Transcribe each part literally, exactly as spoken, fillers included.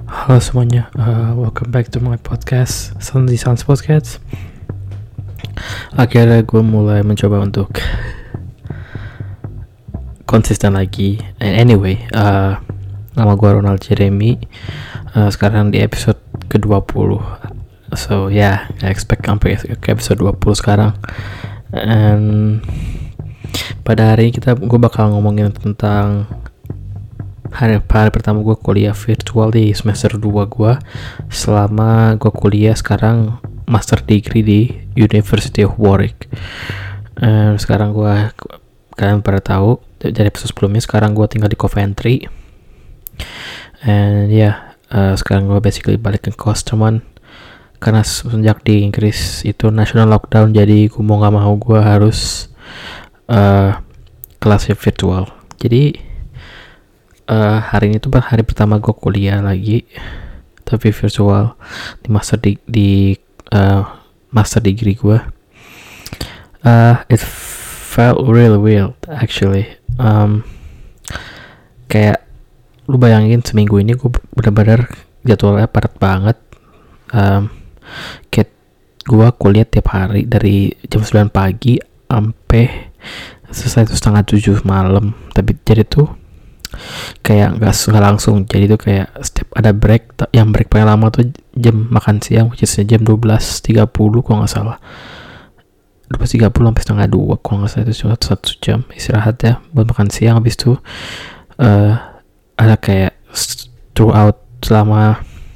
Halo semuanya, uh, welcome back to my podcast, Sunday Sounds Podcast. Akhirnya gue mulai mencoba untuk konsisten lagi. And anyway, uh, nama gue Ronald Jeremy. uh, Sekarang di episode ke dua puluh. So yeah, I expect sampai ke episode dua puluh sekarang. And pada hari ini kita gue bakal ngomongin tentang Hari, hari pertama gue kuliah virtual di semester dua gue. Selama gue kuliah sekarang master degree di University of Warwick. And sekarang gue, kalian pada tahu dari episode sebelumnya, sekarang gue tinggal di Coventry. And ya yeah, uh, sekarang gue basically balik ke kos, cuman karena sejak di Inggris itu national lockdown, jadi gue mau gak mau gue harus uh, kelasnya virtual. Jadi Uh, hari ini tuh hari pertama gue kuliah lagi, tapi virtual di master di, di uh, master degree gue. Uh, it felt really weird actually. Um, kayak lu bayangin seminggu ini gue bener-bener jadwalnya padat banget. Um, kayak gue kuliah tiap hari dari jam sembilan pagi sampai selesai tuh setengah tujuh malam. Tapi jadi tuh kayak nggak langsung, jadi tuh kayak setiap ada break, yang break paling lama tuh jam makan siang, which is jam dua belas tiga puluh kalau nggak salah, dua belas tiga puluh sampai setengah dua kalau nggak salah, itu cuma satu jam istirahat ya buat makan siang. Habis itu uh, ada kayak throughout selama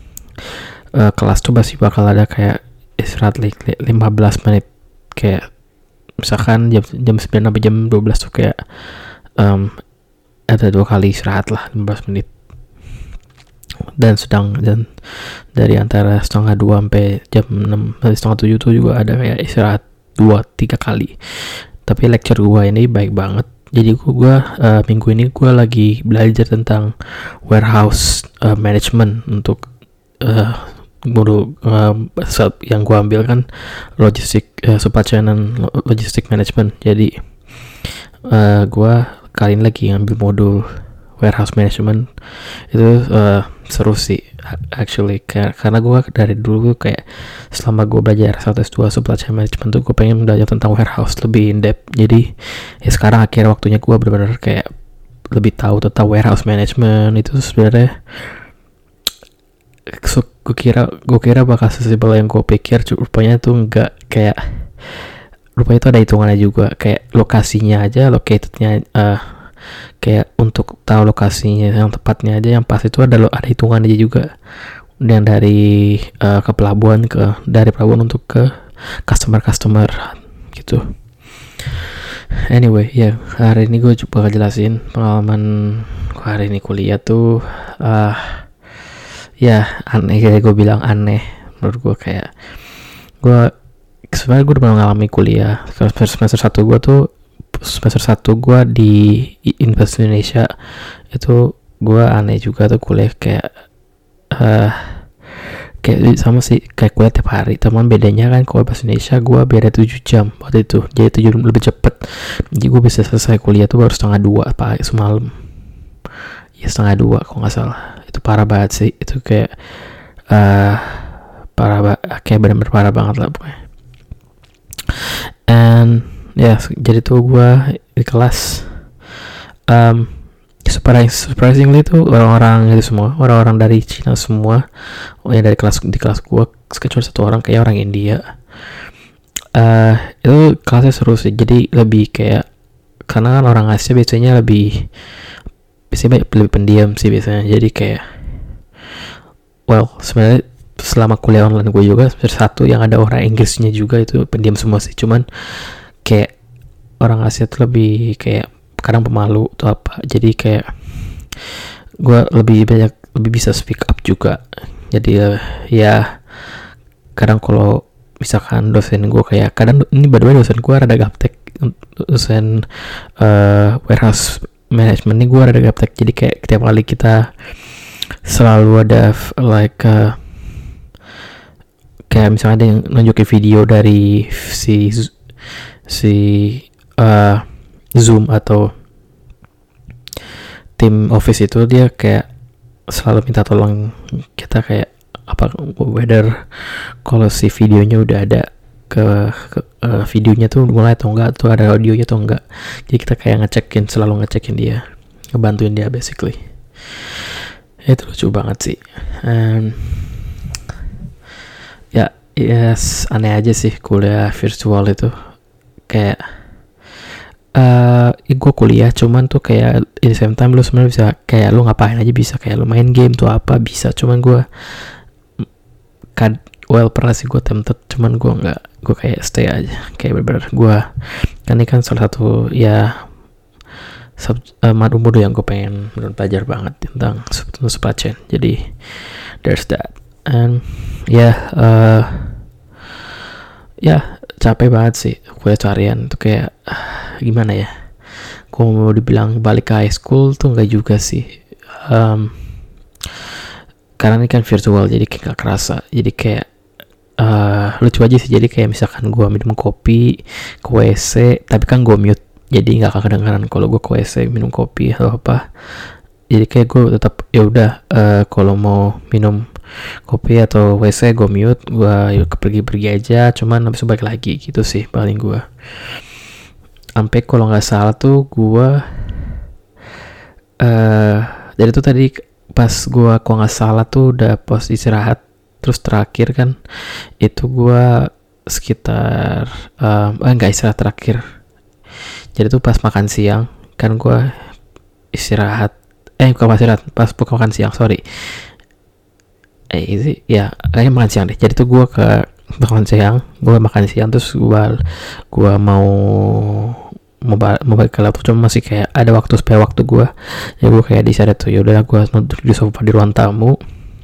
uh, kelas tuh pasti bakal ada kayak istirahat lima belas menit, kayak misalkan jam jam sembilan sampai jam dua belas tuh kayak um, ada dua kali istirahat lah, lima belas menit. Dan sedang dan dari antara setengah dua sampai jam enam sampai setengah tujuh tuh juga ada kayak istirahat dua tiga kali. Tapi lecture gue ini baik banget. Jadi gue uh, minggu ini gue lagi belajar tentang warehouse uh, management untuk uh, modul uh, yang gue ambil kan logistik uh, supply chain and logistic management. Jadi uh, gue kali ini lagi ngambil modul warehouse management. Itu uh, seru sih actually, karena gue dari dulu kayak selama gue belajar satu S dua supply chain management tuh gue pengen belajar tentang warehouse lebih in depth. Jadi ya sekarang akhirnya waktunya gue benar-benar kayak lebih tahu tentang warehouse management. Itu sebenarnya so, gue kira gue kira bakal sesimpel yang gue pikir, rupanya tuh enggak. Kayak rupanya itu ada hitungannya juga, kayak lokasinya aja, locatednya uh, kayak untuk tahu lokasinya yang tepatnya aja yang pas itu ada ada hitungan aja juga. Dan dari uh, ke pelabuhan ke dari pelabuhan untuk ke customer customer gitu. Anyway ya, yeah, hari ini gue coba jelasin pengalaman gue hari ini kuliah tuh uh, ya aneh, kayak gue bilang aneh menurut gue. Kayak gue sebenarnya gue udah pernah ngalami kuliah. Semester satu gue tuh semester satu gue di Universitas Indonesia itu gue aneh juga tuh kuliah, kayak uh, kayak sama sih kayak kuliah tiap hari. Teman bedanya kan kalau bahasa Indonesia gue beda tujuh jam waktu itu, jadi tujuh jam lebih cepet. Jadi gue bisa selesai kuliah tuh baru setengah dua apa semalam ya, setengah dua kalau nggak salah. Itu parah banget sih, itu kayak uh, parah ba- kayak benar-benar parah banget lah pokoknya. And ya yeah, jadi tuh gue di kelas um, surprising, surprisingly tuh orang-orang itu semua orang-orang dari Cina semua. Oh ya, dari kelas di kelas gue kecuali satu orang kayak orang India. Uh, itu kelasnya seru sih, jadi lebih kayak karena kan orang Asia biasanya lebih biasanya lebih pendiam sih biasanya. Jadi kayak well sebenarnya selama kuliah online gue juga semester satu yang ada orang Inggrisnya juga itu pendiam semua sih. Cuman kayak orang Asia tuh lebih kayak kadang pemalu atau apa. Jadi kayak gue lebih banyak lebih bisa speak up juga. Jadi uh, ya kadang kalau misalkan dosen gue kayak kadang ini by the way dosen gue rada gaptek, dosen uh, warehouse management ini gue rada gaptek. Jadi kayak tiap kali kita selalu ada like uh, kayak misalnya ada yang nunjukin video dari si si uh, Zoom atau tim office itu, dia kayak selalu minta tolong kita kayak apa, whether kalau si videonya udah ada ke, ke uh, videonya tuh mulai atau enggak, tuh ada audionya atau enggak. Jadi kita kayak ngecekin, selalu ngecekin dia, ngebantuin dia basically. Itu lucu banget sih. And ya yes, aneh aja sih kuliah virtual itu. Kayak uh, gue kuliah cuman tuh kayak in the same time lu sebenarnya bisa kayak lu ngapain aja bisa, kayak lu main game tuh apa bisa, cuman gue kad well pernah sih gue tempted, cuman gue nggak, gue kayak stay aja, kayak bener-bener gue kan ini kan salah satu ya sub, uh, madu mudu yang gue pengen belajar banget tentang tentang supply chain. Jadi there's that. And ya yeah, uh, ya yeah, capek banget sih kuliah harian tuh, kayak uh, gimana ya, gue mau dibilang balik ke high school tuh nggak juga sih. um, karena ini kan virtual jadi kayak gak kerasa, jadi kayak uh, lucu aja sih. Jadi kayak misalkan gue minum kopi ke W C tapi kan gue mute, jadi nggak kedengaran kalau gue ke W C minum kopi atau apa. Jadi kayak gue tetap ya udah, uh, kalau mau minum kopi atau W C gue mute, gue pergi-pergi aja, cuman habis itu balik lagi gitu sih paling gue. Sampai kalau nggak salah tuh gue uh, dari itu tadi pas gue kalau nggak salah tuh udah pos istirahat, terus terakhir kan itu gue sekitar um, eh nggak istirahat terakhir, jadi tuh pas makan siang kan gue istirahat, eh bukan pas istirahat, pas buka makan siang sorry eh itu ya kayaknya makan siang deh. Jadi tuh gue ke makan siang, gue makan siang terus gue gue mau mau balik, mau balik ke laptop, cuma masih kayak ada waktu spare waktu gue, ya gue kayak decided tuh ya udah gue duduk di sofa di ruang tamu.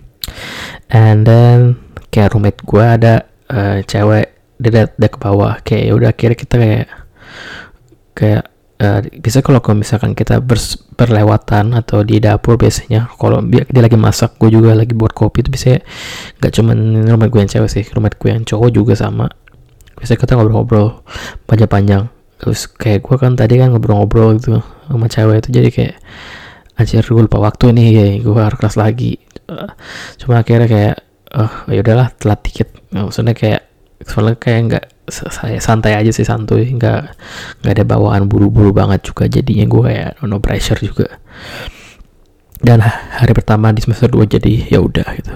And then kayak roommate gue ada uh, cewek, dia dia ke bawah, kayak ya udah akhirnya kita kayak kayak uh, bisa kalau misalkan kita bers, berlewatan atau di dapur biasanya kalau dia, dia lagi masak, gue juga lagi buat kopi, itu biasanya nggak cuman roommate gue yang cewek sih, roommate gue yang cowok juga sama, biasanya kita ngobrol-ngobrol panjang-panjang. Terus kayak gue kan tadi kan ngobrol-ngobrol gitu sama cewek itu, jadi kayak anjir gue lupa waktu nih, ya gue harus kelas lagi. Uh, cuma akhirnya kayak oh ya udahlah telat dikit, nah, maksudnya kayak soalnya kayak nggak, saya santai aja sih, santuy, nggak nggak ada bawaan buru-buru banget juga, jadinya gue kayak no pressure juga. Dan hari pertama di semester dua jadi ya udah gitu.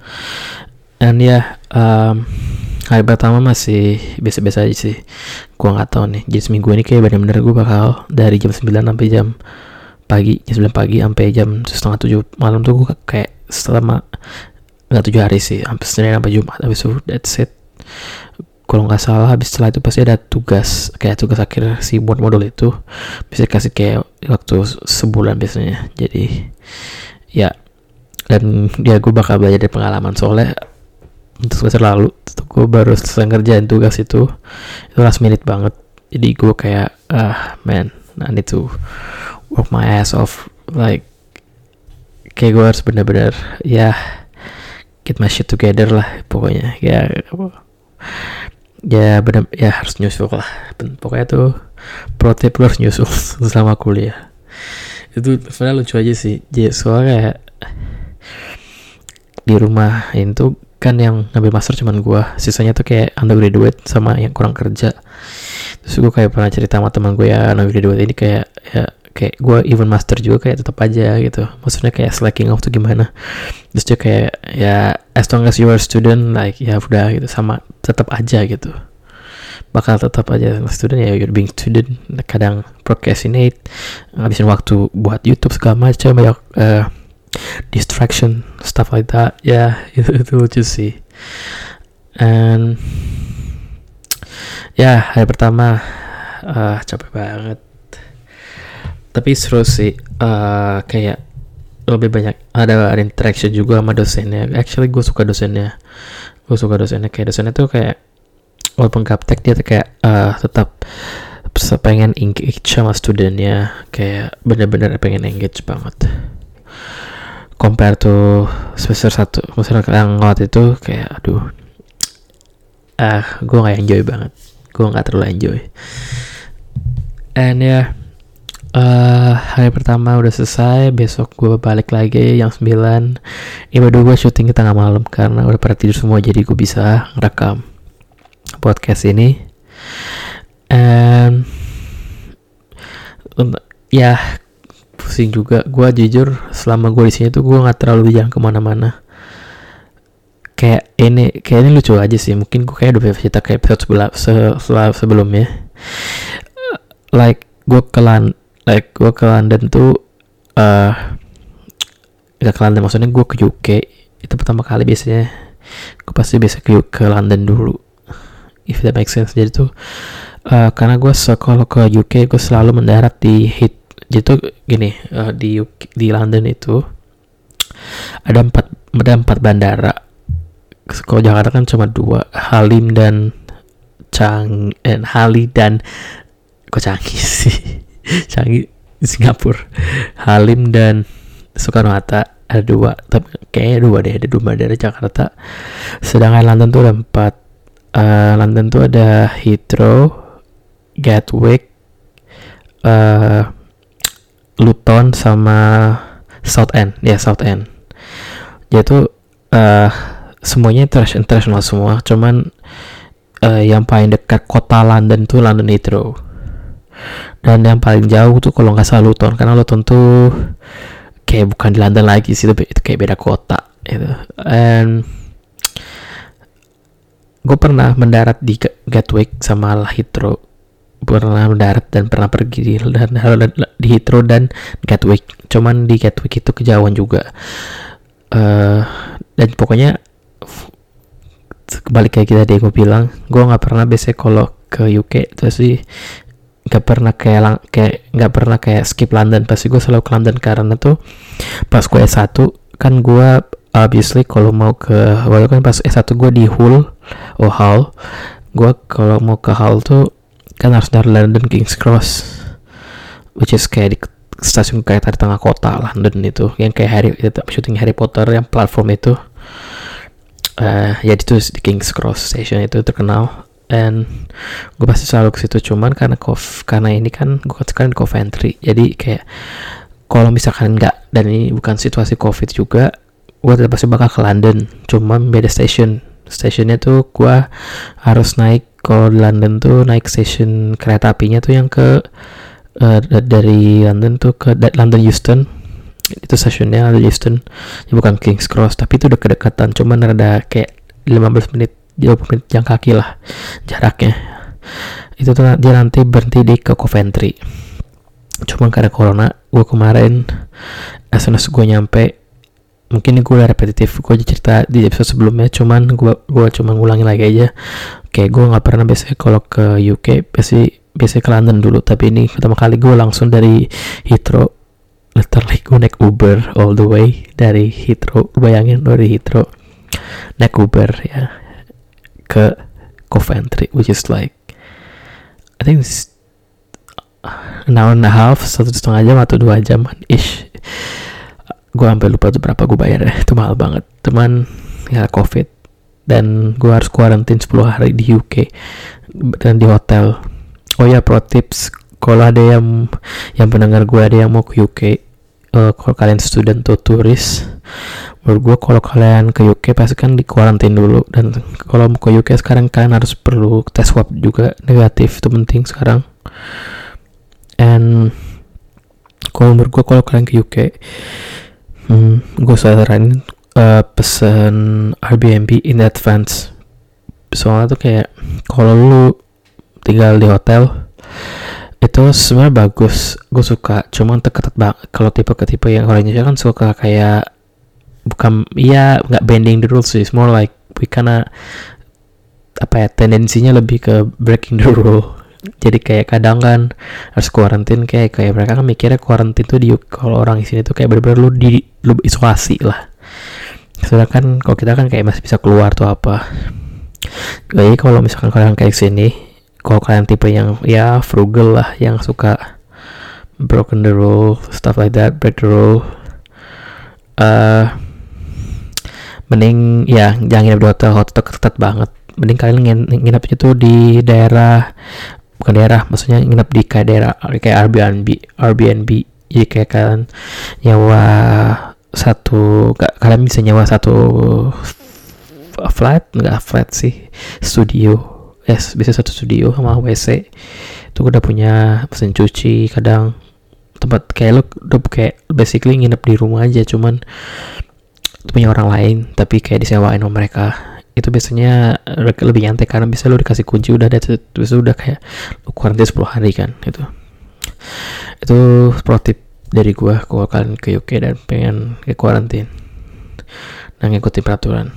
Dan ya um, hari pertama masih biasa-biasa aja sih, gue nggak tahu nih. Jadi seminggu ini kayak bener-bener gue bakal dari jam sembilan sampai jam pagi, jam sembilan pagi sampai jam setengah tujuh malam tuh gue kayak selama nggak tujuh hari sih, sampai Senin sampai Jumat, habis itu that's it. Kalau nggak salah habis setelah itu pasti ada tugas, kayak tugas akhir si buat modul itu bisa kasih kayak waktu sebulan biasanya. Jadi ya, dan dia gue bakal belajar dari pengalaman, soalnya untuk semester lalu tuh gue baru selesai ngerjain tugas itu itu last minute banget. Jadi gue kayak ah man, I need to work my ass off, like kayak gue harus benar-benar ya get my shit together lah pokoknya, ya ya benar ya harus nyusul lah pokoknya tuh. Pro tip, lu harus nyusul selama kuliah. Itu sebenarnya lucu aja sih, jadi soalnya kayak di rumah itu kan yang ngambil master cuman gue, sisanya tuh kayak undergraduate sama yang kurang kerja. Terus gue kayak pernah cerita sama teman gue ya undergraduate ini kayak ya kayak gue even master juga kayak tetap aja gitu, maksudnya kayak slacking off tuh gimana. Terus dia kayak ya as long as you are a student, like ya udah gitu, sama tetap aja gitu, bakal tetap aja student ya, you're being student. Kadang procrastinate, ngabisin waktu buat YouTube segala macam, banyak uh, distraction stuff like that ya. Yeah, itu itu lucu sih. And ya hari pertama uh, capek banget, tapi seru sih. Uh, kayak lebih banyak ada, ada interaction juga sama dosennya. Actually gue suka dosennya, gue suka dosennya kayak dosennya tuh kayak walaupun gaptek dia tuh kayak uh, tetap pengen engage sama studentnya, kayak bener-bener pengen engage banget. Compare to semester satu, semester yang waktu itu kayak aduh, ah uh, gue nggak enjoy banget, gue nggak terlalu enjoy. And ya yeah, Uh, hari pertama udah selesai, besok gue balik lagi jam sembilan. Ini baru gue syuting tengah malam karena udah pada tidur semua, jadi gue bisa ngerekam podcast ini. And ya pusing juga. Gue jujur selama gue di sini tuh gue nggak terlalu jalan kemana-mana. Kayak ini, kayak ini lucu aja sih. Mungkin gue kayak udah cerita kayak episode sebelum, se- se- sebelumnya. Like gue ke London. Like gue ke London tuh uh, gak ke London, maksudnya gue ke U K. Itu pertama kali biasanya gue pasti biasa ke, ke London dulu, if that makes sense. Jadi tuh uh, karena gue kalau ke U K gue selalu mendarat di Heath. Jadi tuh gini, uh, di U K, di London itu ada empat ada empat bandara. Kalau Jakarta kan cuma dua, Halim dan Chang eh, Hali dan kok Changi sih Changi di Singapura. Halim dan Soekarno Hatta ada dua, tapi kayaknya dua deh, ada dua bandara Jakarta. Sedangkan London tuh ada empat. Uh, London tuh ada Heathrow, Gatwick, uh, Luton sama Southend. Ya Southend. Jadi tuh uh, semuanya internasional semua. Cuman uh, yang paling dekat kota London tuh London Heathrow. Dan yang paling jauh tuh kalau nggak salah Luton, karena Luton tuh kayak bukan di London lagi sih, itu, itu kayak beda kota gitu. And gue pernah mendarat di Gatwick sama Heathrow, pernah mendarat dan pernah pergi di, dan, di Heathrow dan Gatwick. Cuman di Gatwick itu kejauhan juga. Uh, dan pokoknya balik kayak kita deh, gue bilang gue nggak pernah biasanya kalau ke U K itu sih nggak pernah kayak lang- kayak nggak pernah kayak skip London. Pasti gue selalu ke London karena tuh pas gue S satu kan gue obviously kalau mau ke, walau kan pas S satu gue di Hull, oh Hull, gue kalau mau ke Hull tuh kan harus dari London King's Cross, which is kayak di stasiun kayak di tengah kota London itu, yang kayak Harry itu syuting Harry Potter yang platform itu. Uh, ya itu di King's Cross Station itu terkenal. And gue pasti selalu ke situ. Cuman karena kof, karena ini kan gue sekarang di Coventry, jadi kayak kalau misalkan enggak, dan ini bukan situasi COVID juga, gue tetap pasti bakal ke London. Cuman beda station. Stationnya tuh gue harus naik, kalau di London tuh naik station kereta apinya tuh yang ke uh, dari London tuh ke London Euston. Itu stasiunnya London Euston, ya, bukan King's Cross, tapi itu udah kedekatan. Cuman ada kayak lima belas menit, dua puluh menit jalan kaki lah jaraknya. Itu tuh dia nanti berhenti di ke Coventry. Cuman karena corona, gue kemarin as soon as gue nyampe, mungkin gue udah repetitif, gue cerita di episode sebelumnya, cuman gue gue cuma ngulangin lagi aja. Kayak gue nggak pernah biasanya kalau ke U K biasanya biasanya ke London dulu, tapi ini pertama kali gue langsung dari Heathrow, literally gue naik Uber all the way dari Heathrow. Bayangin dari Heathrow naik Uber ya ke Coventry, which is like I think it's an hour and a half, satu setengah jam atau dua jam ish. Gue sampai lupa tuh berapa gue bayar ya, itu mahal banget. Teman ya COVID, dan gue harus kuarantin sepuluh hari di U K dan di hotel. Oh ya, pro tips, kalau ada yang yang pendengar gue ada yang mau ke U K, uh, kalau kalian student atau turis, menurut gue kalau kalian ke U K pasti kan di kuarantin dulu. Dan kalau mau ke U K sekarang kalian harus perlu tes swab juga negatif, itu penting sekarang. And kalau menurut gue kalau kalian ke U K, hmm, gue saranin uh, pesen Airbnb in advance. Soalnya tuh kayak kalau lu tinggal di hotel itu sebenarnya bagus, gue suka. Cuman ketat banget kalau tipe ke tipe yang orang Indonesia kan suka kayak bukan, iya nggak bending the rules sih, it's more like we kinda apa ya, tendensinya lebih ke breaking the rule. Jadi kayak kadang kan harus kuarantin, kayak kayak mereka kan mikirnya kuarantin tuh di, kalau orang di sini tuh kayak bener-bener lu di lu isolasi lah. Sedangkan kalau kita kan kayak masih bisa keluar tuh apa. Jadi kalau misalkan kalian kayak sini, kalau kalian tipe yang ya frugal lah, yang suka broken the rule, stuff like that, break the rule, uh, mending ya jangan nginep di hotel, hotel ketat banget. Mending kalian ngin- nginepnya tuh di daerah bukan daerah, maksudnya nginep di kayak daerah kayak Airbnb Airbnb jadi kayak kalian nyewa satu, kalian bisa nyewa satu flat, nggak flat sih, studio, yes, bisa satu studio sama W C. Itu udah punya mesin cuci, kadang tempat kayak lo udah kayak basically nginep di rumah aja, cuman punya orang lain tapi kayak disewain sama mereka. Itu biasanya lebih nyantai karena bisa lo dikasih kunci udah ada, terus udah kayak lo kuarantin sepuluh hari kan. Itu itu pro tip dari gua kalau kalian ke U K dan pengen ke kuarantin dan ngikutin peraturan.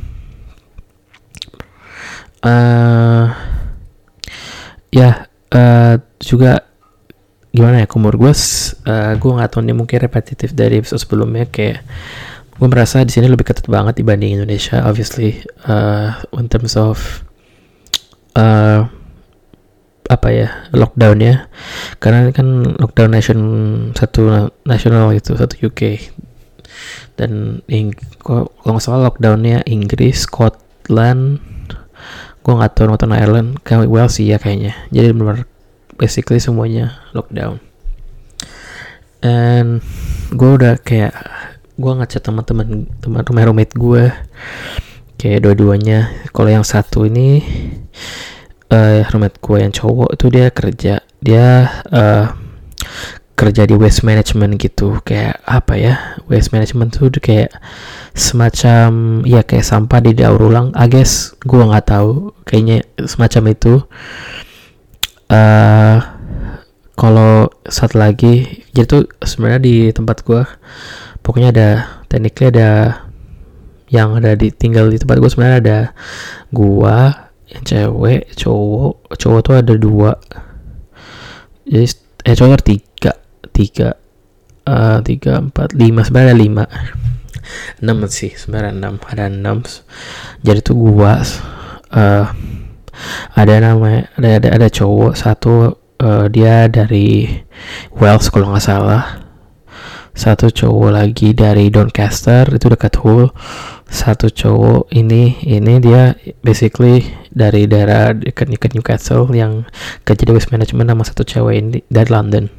Uh, ya uh, juga gimana ya, umur gue uh, gue nggak tahu, ini mungkin repetitif dari episode sebelumnya, kayak gue merasa di sini lebih ketat banget dibanding Indonesia, obviously, uh, in terms of uh, apa ya, lockdownnya, karena kan lockdown nation satu nasional itu satu U K, dan ing- kalau nggak salah lockdownnya Inggris, Scotland, gue nggak tahu Northern Ireland, kayak Wales sih ya kayaknya. Jadi benar basically semuanya lockdown. And gue udah kayak gue ngechat teman-teman teman roommate gue, kayak dua-duanya. Kalau yang satu ini uh, roommate gue yang cowok itu dia kerja dia uh, kerja di waste management gitu, kayak apa ya, waste management tuh kayak semacam ya kayak sampah didaur ulang, I guess, gue nggak tahu, kayaknya semacam itu. Uh, kalau satu lagi, jadi tuh sebenarnya di tempat gue, pokoknya ada tekniknya ada yang ada di tinggal di tempat gue sebenarnya ada gua, yang cewek, cowok, cowok tuh ada dua, jadi eh cowok ada tiga, tiga, uh, tiga, empat, lima, sebenarnya ada lima, enam sih, sebenarnya enam, ada enam. Jadi tuh gua, uh, ada namanya ada ada ada cowok satu, uh, dia dari Wales kalau nggak salah, satu cowok lagi dari Doncaster itu dekat Hull, satu cowok ini ini dia basically dari daerah dekat dekat Newcastle yang kerja di waste management, sama satu cewek ini dari London.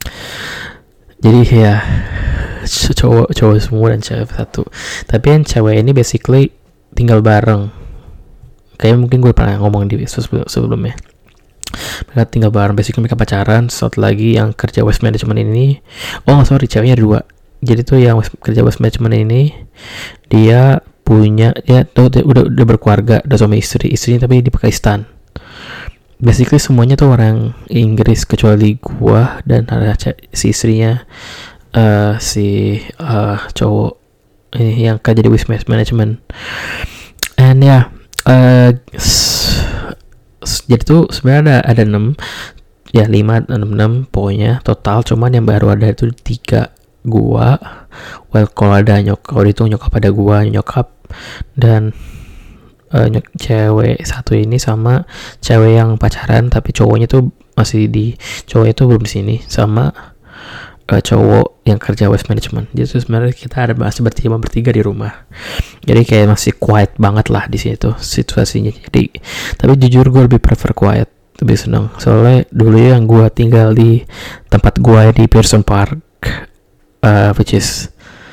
Jadi ya cowok cowok semua dan cewek satu, tapi yang cewek ini basically tinggal bareng. Kayak mungkin gue pernah ngomong di episode sebelumnya. Mereka tinggal bareng, basically mereka pacaran. Satu lagi yang kerja waste management ini, oh sorry, ceweknya dua. Jadi tuh yang kerja waste management ini, dia punya, dia tuh dia udah udah berkeluarga, udah suami istri, istrinya tapi di Pakistan. Basically semuanya tuh orang Inggris kecuali gua dan ada si istrinya, uh, si uh, cowok ini yang kerja di waste management. And ya. Yeah, Uh, s- s- jadi tuh sebenarnya ada ada enam, ya lima enam enam pokoknya total, cuman yang baru ada itu tiga, gua, well kalau ada nyokap, kalau itu nyokap ada gua, nyokap dan uh, nyok- cewek satu ini sama cewek yang pacaran tapi cowoknya tuh masih di, cowoknya tuh belum di sini, sama uh, cowok yang kerja waste management. Jadi sebenarnya kita ada masih bertiga bertiga di rumah. Jadi kayak masih quiet banget lah di sini tuh situasinya. Jadi tapi jujur gue lebih prefer quiet, lebih senang. Soalnya dulu yang gue tinggal di tempat gue di Pearson Park, uh, which is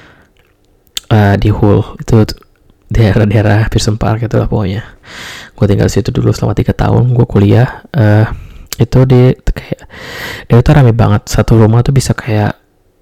uh, di Hull, itu daerah-daerah Pearson Park itu lah pokoknya. Gue tinggal di situ dulu selama tiga tahun. Gue kuliah. Uh, itu di kayak dia itu rame banget, satu rumah tuh bisa kayak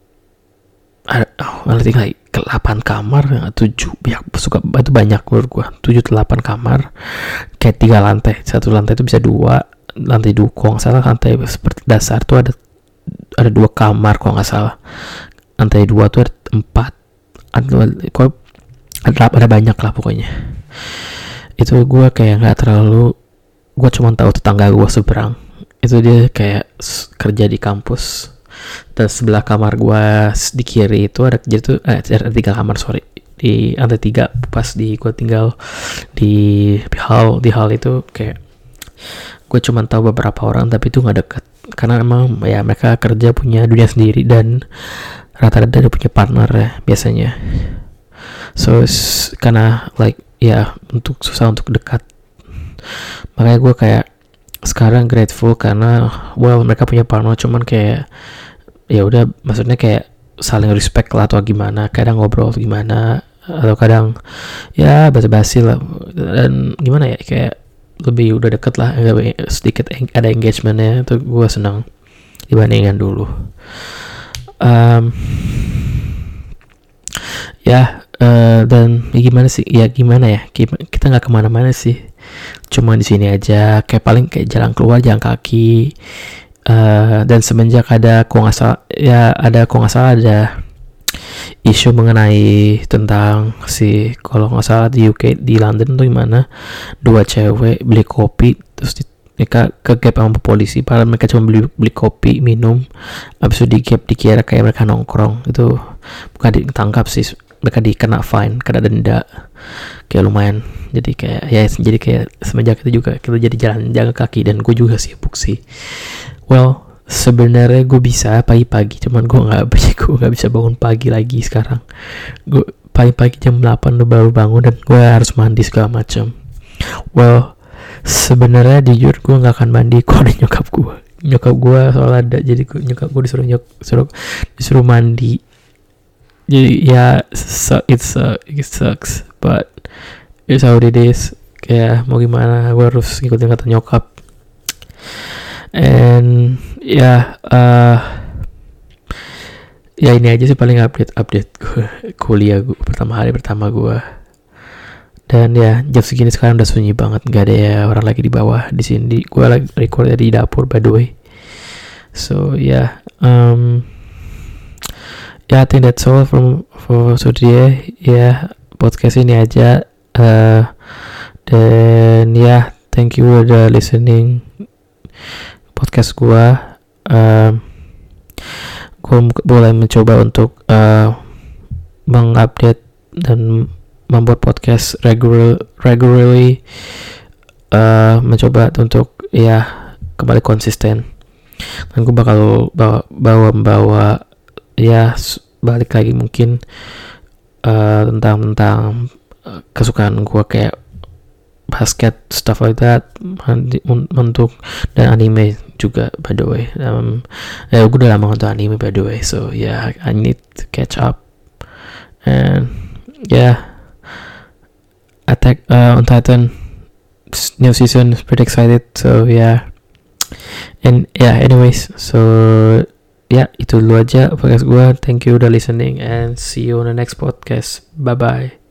oh, tinggal delapan kamar, tujuh, ya suka itu banyak menurut gua, tujuh delapan kamar, kayak tiga lantai, satu lantai itu bisa dua, lantai dua kalau nggak salah, lantai seperti dasar tuh ada ada dua kamar kalau nggak salah, lantai dua tuh ada empat, ada ada, ada banyak lah pokoknya. Itu gua kayak nggak terlalu, gua cuma tahu tetangga gua seberang itu dia kayak kerja di kampus, dan sebelah kamar gua di kiri itu ada, jadi tuh eh, ada tiga kamar, sorry, di lantai tiga pas di gua tinggal di hall, di hall itu kayak gua cuma tahu beberapa orang tapi itu nggak deket karena emang ya mereka kerja punya dunia sendiri dan rata-rata dia punya partner ya biasanya. So karena like ya untuk susah untuk dekat, makanya gua kayak sekarang grateful karena well mereka punya partner, cuman kayak ya udah, maksudnya kayak saling respect lah atau gimana, kadang ngobrol atau gimana, atau kadang ya basa-basi lah, dan gimana ya, kayak lebih udah deket lah, sedikit ada engagementnya, itu gue senang dibandingkan dulu. um, ya uh, dan ya gimana sih ya gimana ya kita nggak kemana-mana sih, cuma di sini aja, kayak paling kayak jalan keluar jalan kaki. Uh, dan semenjak ada kok nggak salah ya ada kok nggak salah ada isu mengenai tentang si, kalau nggak salah di U K, di London tuh gimana, dua cewek beli kopi terus di, mereka ke gap sama polisi, padahal mereka cuma beli beli kopi minum, abis itu di gap dikira kayak mereka nongkrong, itu bukan ditangkap sih, mereka dikena fine, kena denda kayak lumayan. Jadi kayak ya jadi kayak semenjak itu juga kita jadi jalan jalan kaki, dan gue juga sibuk sih. Well, sebenarnya gue bisa pagi-pagi, cuman gue nggak bisa gue nggak bisa bangun pagi lagi sekarang. Gue pagi-pagi jam delapan udah baru bangun, dan gue harus mandi segala macam. Well, sebenarnya jujur gue nggak akan mandi kalau ada nyokap gue. Nyokap gue soal ada, jadi gue, nyokap gue disuruh nyok disuruh disuruh mandi. Jadi ya so, it's uh, it sucks, but it's how it is. Kayak mau gimana, gue harus ngikutin kata nyokap. And ya uh, ya ini aja sih paling update update gue kuliah gue pertama hari pertama gue. Dan ya jam segini sekarang udah sunyi banget, nggak ada ya orang lagi di bawah di sini. Gue lagi record di dapur by the way. So yeah, um, yeah I think that's all from for today. Ya yeah, podcast ini aja. Uh, dan ya yeah, thank you udah listening podcast gue. Um, gue boleh mencoba untuk uh, mengupdate dan membuat podcast regular regularly, uh, mencoba untuk ya kembali konsisten, dan gue bakal bawa bawa bawa ya balik lagi mungkin uh, tentang tentang uh, kesukaan gue kayak basket, stuff like that, untuk dan anime juga by the way. Um, ya gue udah lama nonton anime by the way, so yeah I need to catch up. And yeah, Attack uh, on Titan new season, pretty excited. So yeah, and yeah anyways, so yeah itu dulu aja podcast gue. Thank you udah listening, and see you on the next podcast. Bye bye.